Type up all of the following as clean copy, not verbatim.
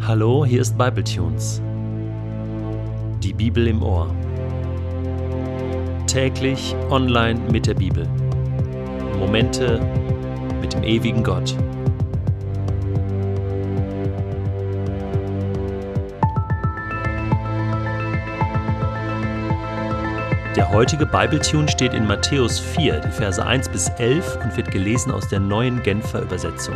Hallo, hier ist Bibletunes. Die Bibel im Ohr. Täglich online mit der Bibel. Momente mit dem ewigen Gott. Der heutige Bibletune steht in Matthäus 4, die Verse 1 bis 11 und wird gelesen aus der Neuen Genfer Übersetzung.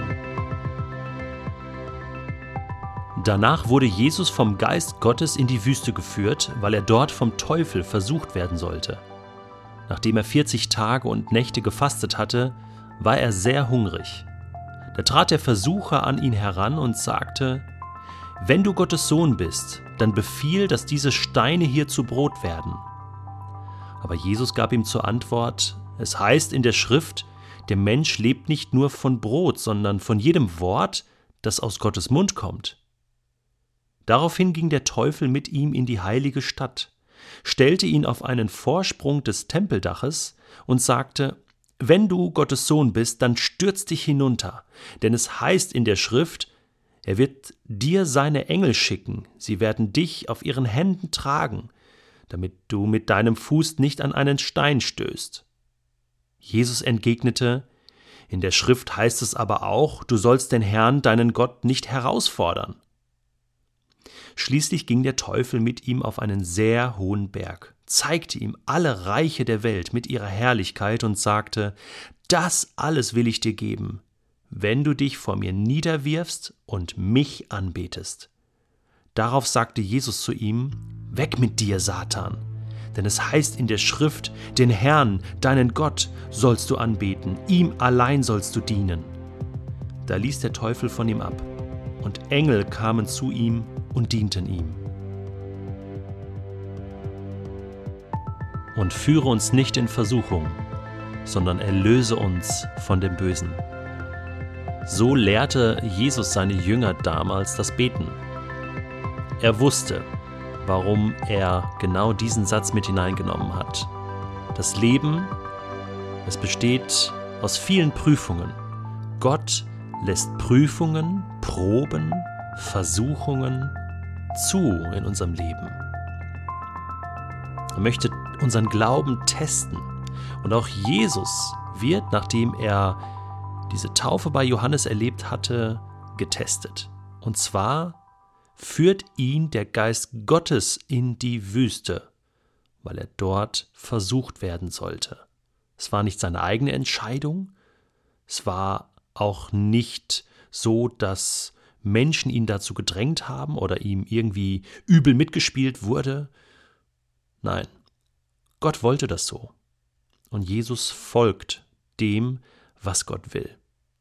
Danach wurde Jesus vom Geist Gottes in die Wüste geführt, weil er dort vom Teufel versucht werden sollte. Nachdem er 40 Tage und Nächte gefastet hatte, war er sehr hungrig. Da trat der Versucher an ihn heran und sagte: „Wenn du Gottes Sohn bist, dann befiehl, dass diese Steine hier zu Brot werden." Aber Jesus gab ihm zur Antwort: „Es heißt in der Schrift, der Mensch lebt nicht nur von Brot, sondern von jedem Wort, das aus Gottes Mund kommt." Daraufhin ging der Teufel mit ihm in die heilige Stadt, stellte ihn auf einen Vorsprung des Tempeldaches und sagte: „Wenn du Gottes Sohn bist, dann stürz dich hinunter, denn es heißt in der Schrift, er wird dir seine Engel schicken, sie werden dich auf ihren Händen tragen, damit du mit deinem Fuß nicht an einen Stein stößt." Jesus entgegnete: „In der Schrift heißt es aber auch, du sollst den Herrn, deinen Gott, nicht herausfordern." Schließlich ging der Teufel mit ihm auf einen sehr hohen Berg, zeigte ihm alle Reiche der Welt mit ihrer Herrlichkeit und sagte: „Das alles will ich dir geben, wenn du dich vor mir niederwirfst und mich anbetest." Darauf sagte Jesus zu ihm: „Weg mit dir, Satan, denn es heißt in der Schrift, den Herrn, deinen Gott, sollst du anbeten, ihm allein sollst du dienen." Da ließ der Teufel von ihm ab, und Engel kamen zu ihm und dienten ihm. Und führe uns nicht in Versuchung, sondern erlöse uns von dem Bösen. So lehrte Jesus seine Jünger damals das Beten. Er wusste, warum er genau diesen Satz mit hineingenommen hat. Das Leben, es besteht aus vielen Prüfungen. Gott lässt Prüfungen, Proben, Versuchungen zu in unserem Leben. Er möchte unseren Glauben testen. Und auch Jesus wird, nachdem er diese Taufe bei Johannes erlebt hatte, getestet. Und zwar führt ihn der Geist Gottes in die Wüste, weil er dort versucht werden sollte. Es war nicht seine eigene Entscheidung. Es war auch nicht so, dass Menschen ihn dazu gedrängt haben oder ihm irgendwie übel mitgespielt wurde. Nein, Gott wollte das so. Und Jesus folgt dem, was Gott will.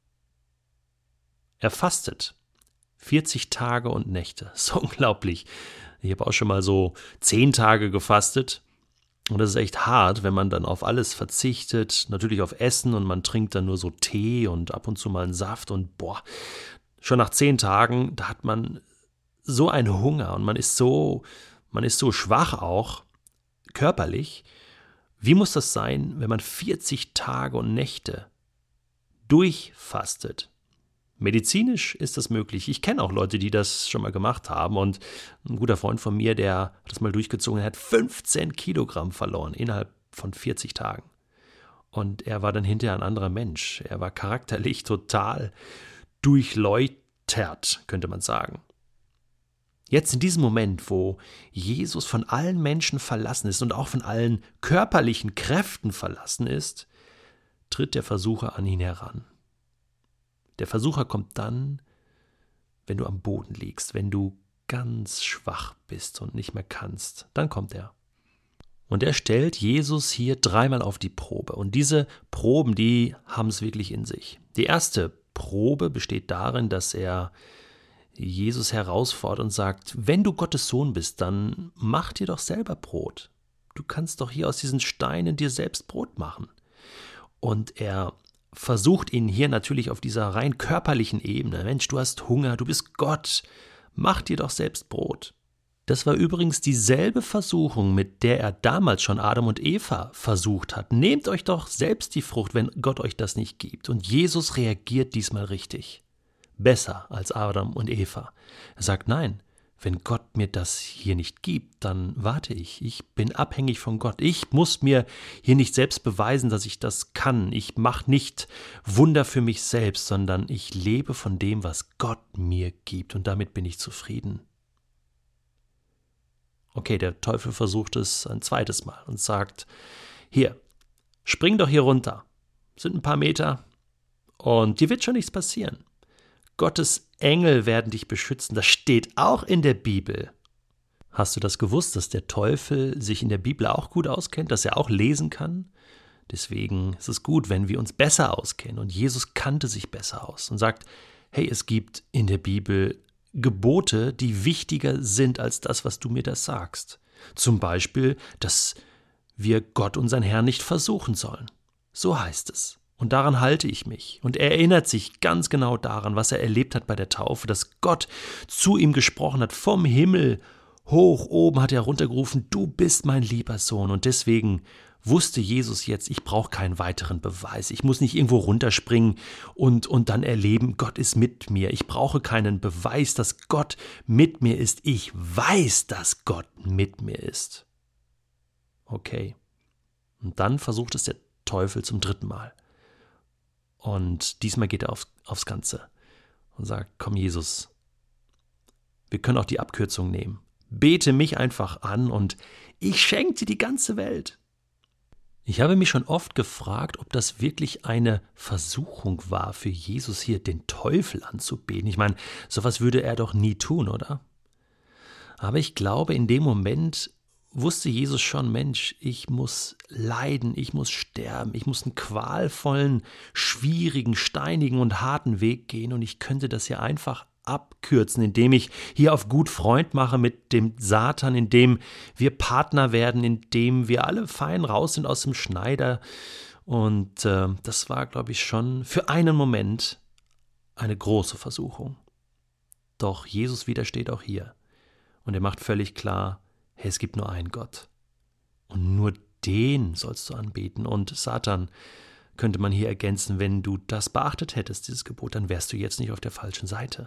Er fastet 40 Tage und Nächte. Das ist unglaublich. Ich habe auch schon mal so 10 Tage gefastet. Und das ist echt hart, wenn man dann auf alles verzichtet. Natürlich auf Essen, und man trinkt dann nur so Tee und ab und zu mal einen Saft. Und schon nach 10 Tagen, da hat man so einen Hunger und man ist so schwach auch, körperlich. Wie muss das sein, wenn man 40 Tage und Nächte durchfastet? Medizinisch ist das möglich. Ich kenne auch Leute, die das schon mal gemacht haben, und ein guter Freund von mir, der hat das mal durchgezogen, er hat 15 Kilogramm verloren innerhalb von 40 Tagen. Und er war dann hinterher ein anderer Mensch. Er war charakterlich total durchläutert, könnte man sagen. Jetzt in diesem Moment, wo Jesus von allen Menschen verlassen ist und auch von allen körperlichen Kräften verlassen ist, tritt der Versucher an ihn heran. Der Versucher kommt dann, wenn du am Boden liegst, wenn du ganz schwach bist und nicht mehr kannst, dann kommt er. Und er stellt Jesus hier 3-mal auf die Probe. Und diese Proben, die haben es wirklich in sich. Die erste Probe besteht darin, dass er Jesus herausfordert und sagt: „Wenn du Gottes Sohn bist, dann mach dir doch selber Brot. Du kannst doch hier aus diesen Steinen dir selbst Brot machen." Und er versucht ihn hier natürlich auf dieser rein körperlichen Ebene. Mensch, du hast Hunger, du bist Gott, mach dir doch selbst Brot. Das war übrigens dieselbe Versuchung, mit der er damals schon Adam und Eva versucht hat. Nehmt euch doch selbst die Frucht, wenn Gott euch das nicht gibt. Und Jesus reagiert diesmal richtig. besser als Adam und Eva. Er sagt, nein, wenn Gott mir das hier nicht gibt, dann warte ich. Ich bin abhängig von Gott. Ich muss mir hier nicht selbst beweisen, dass ich das kann. Ich mache nicht Wunder für mich selbst, sondern ich lebe von dem, was Gott mir gibt. Und damit bin ich zufrieden. Okay, der Teufel versucht es ein zweites Mal und sagt, hier, spring doch hier runter. Sind ein paar Meter und dir wird schon nichts passieren. Gottes Engel werden dich beschützen. Das steht auch in der Bibel. Hast du das gewusst, dass der Teufel sich in der Bibel auch gut auskennt, dass er auch lesen kann? Deswegen ist es gut, wenn wir uns besser auskennen. Und Jesus kannte sich besser aus und sagt, hey, es gibt in der Bibel Gebote, die wichtiger sind als das, was du mir da sagst. Zum Beispiel, dass wir Gott, unseren Herrn, nicht versuchen sollen. So heißt es. Und daran halte ich mich. Und er erinnert sich ganz genau daran, was er erlebt hat bei der Taufe, dass Gott zu ihm gesprochen hat. Vom Himmel hoch oben hat er runtergerufen, du bist mein lieber Sohn. Und deswegen wusste Jesus jetzt, ich brauche keinen weiteren Beweis. Ich muss nicht irgendwo runterspringen und dann erleben, Gott ist mit mir. Ich brauche keinen Beweis, dass Gott mit mir ist. Ich weiß, dass Gott mit mir ist. Okay. Und dann versucht es der Teufel zum 3. Mal. Und diesmal geht er aufs Ganze und sagt, komm Jesus, wir können auch die Abkürzung nehmen. Bete mich einfach an und ich schenke dir die ganze Welt. Ich habe mich schon oft gefragt, ob das wirklich eine Versuchung war für Jesus hier, den Teufel anzubeten. Ich meine, sowas würde er doch nie tun, oder? Aber ich glaube, in dem Moment wusste Jesus schon, Mensch, ich muss leiden, ich muss sterben, ich muss einen qualvollen, schwierigen, steinigen und harten Weg gehen und ich könnte das hier einfach abkürzen, indem ich hier auf gut Freund mache mit dem Satan, indem wir Partner werden, indem wir alle fein raus sind aus dem Schneider. Und das war, glaube ich, schon für einen Moment eine große Versuchung. Doch Jesus widersteht auch hier und er macht völlig klar, hey, es gibt nur einen Gott und nur den sollst du anbeten. Und Satan, könnte man hier ergänzen, wenn du das beachtet hättest, dieses Gebot, dann wärst du jetzt nicht auf der falschen Seite.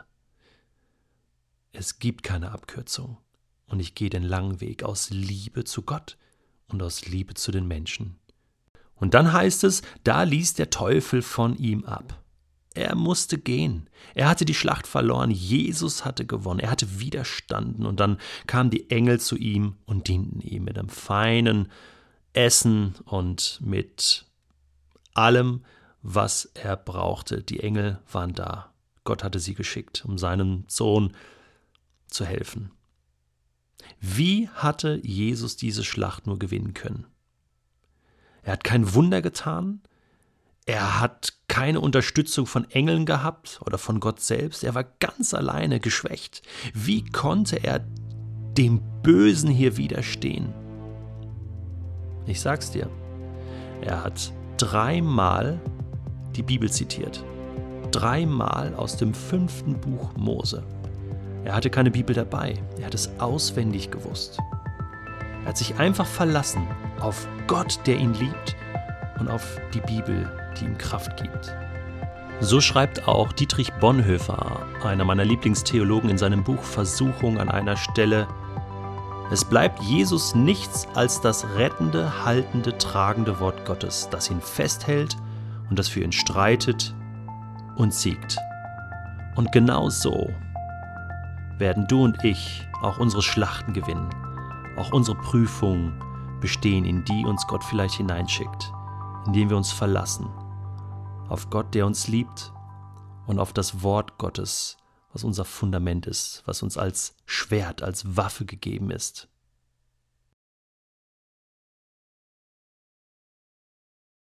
Es gibt keine Abkürzung und ich gehe den langen Weg aus Liebe zu Gott und aus Liebe zu den Menschen. Und dann heißt es, da ließ der Teufel von ihm ab. Er musste gehen. Er hatte die Schlacht verloren. Jesus hatte gewonnen. Er hatte widerstanden. Und dann kamen die Engel zu ihm und dienten ihm mit einem feinen Essen und mit allem, was er brauchte. Die Engel waren da. Gott hatte sie geschickt, um seinem Sohn zu helfen. Wie hatte Jesus diese Schlacht nur gewinnen können? Er hat kein Wunder getan. Er hat keine Unterstützung von Engeln gehabt oder von Gott selbst. Er war ganz alleine, geschwächt. Wie konnte er dem Bösen hier widerstehen? Ich sag's dir. Er hat 3-mal die Bibel zitiert. 3-mal aus dem 5. Buch Mose. Er hatte keine Bibel dabei. Er hat es auswendig gewusst. Er hat sich einfach verlassen auf Gott, der ihn liebt, und auf die Bibel, die ihm Kraft gibt. So schreibt auch Dietrich Bonhoeffer, einer meiner Lieblingstheologen, in seinem Buch Versuchung an einer Stelle: Es bleibt Jesus nichts als das rettende, haltende, tragende Wort Gottes, das ihn festhält und das für ihn streitet und siegt. Und genau so werden du und ich auch unsere Schlachten gewinnen, auch unsere Prüfungen bestehen, in die uns Gott vielleicht hineinschickt, indem wir uns verlassen auf Gott, der uns liebt, und auf das Wort Gottes, was unser Fundament ist, was uns als Schwert, als Waffe gegeben ist.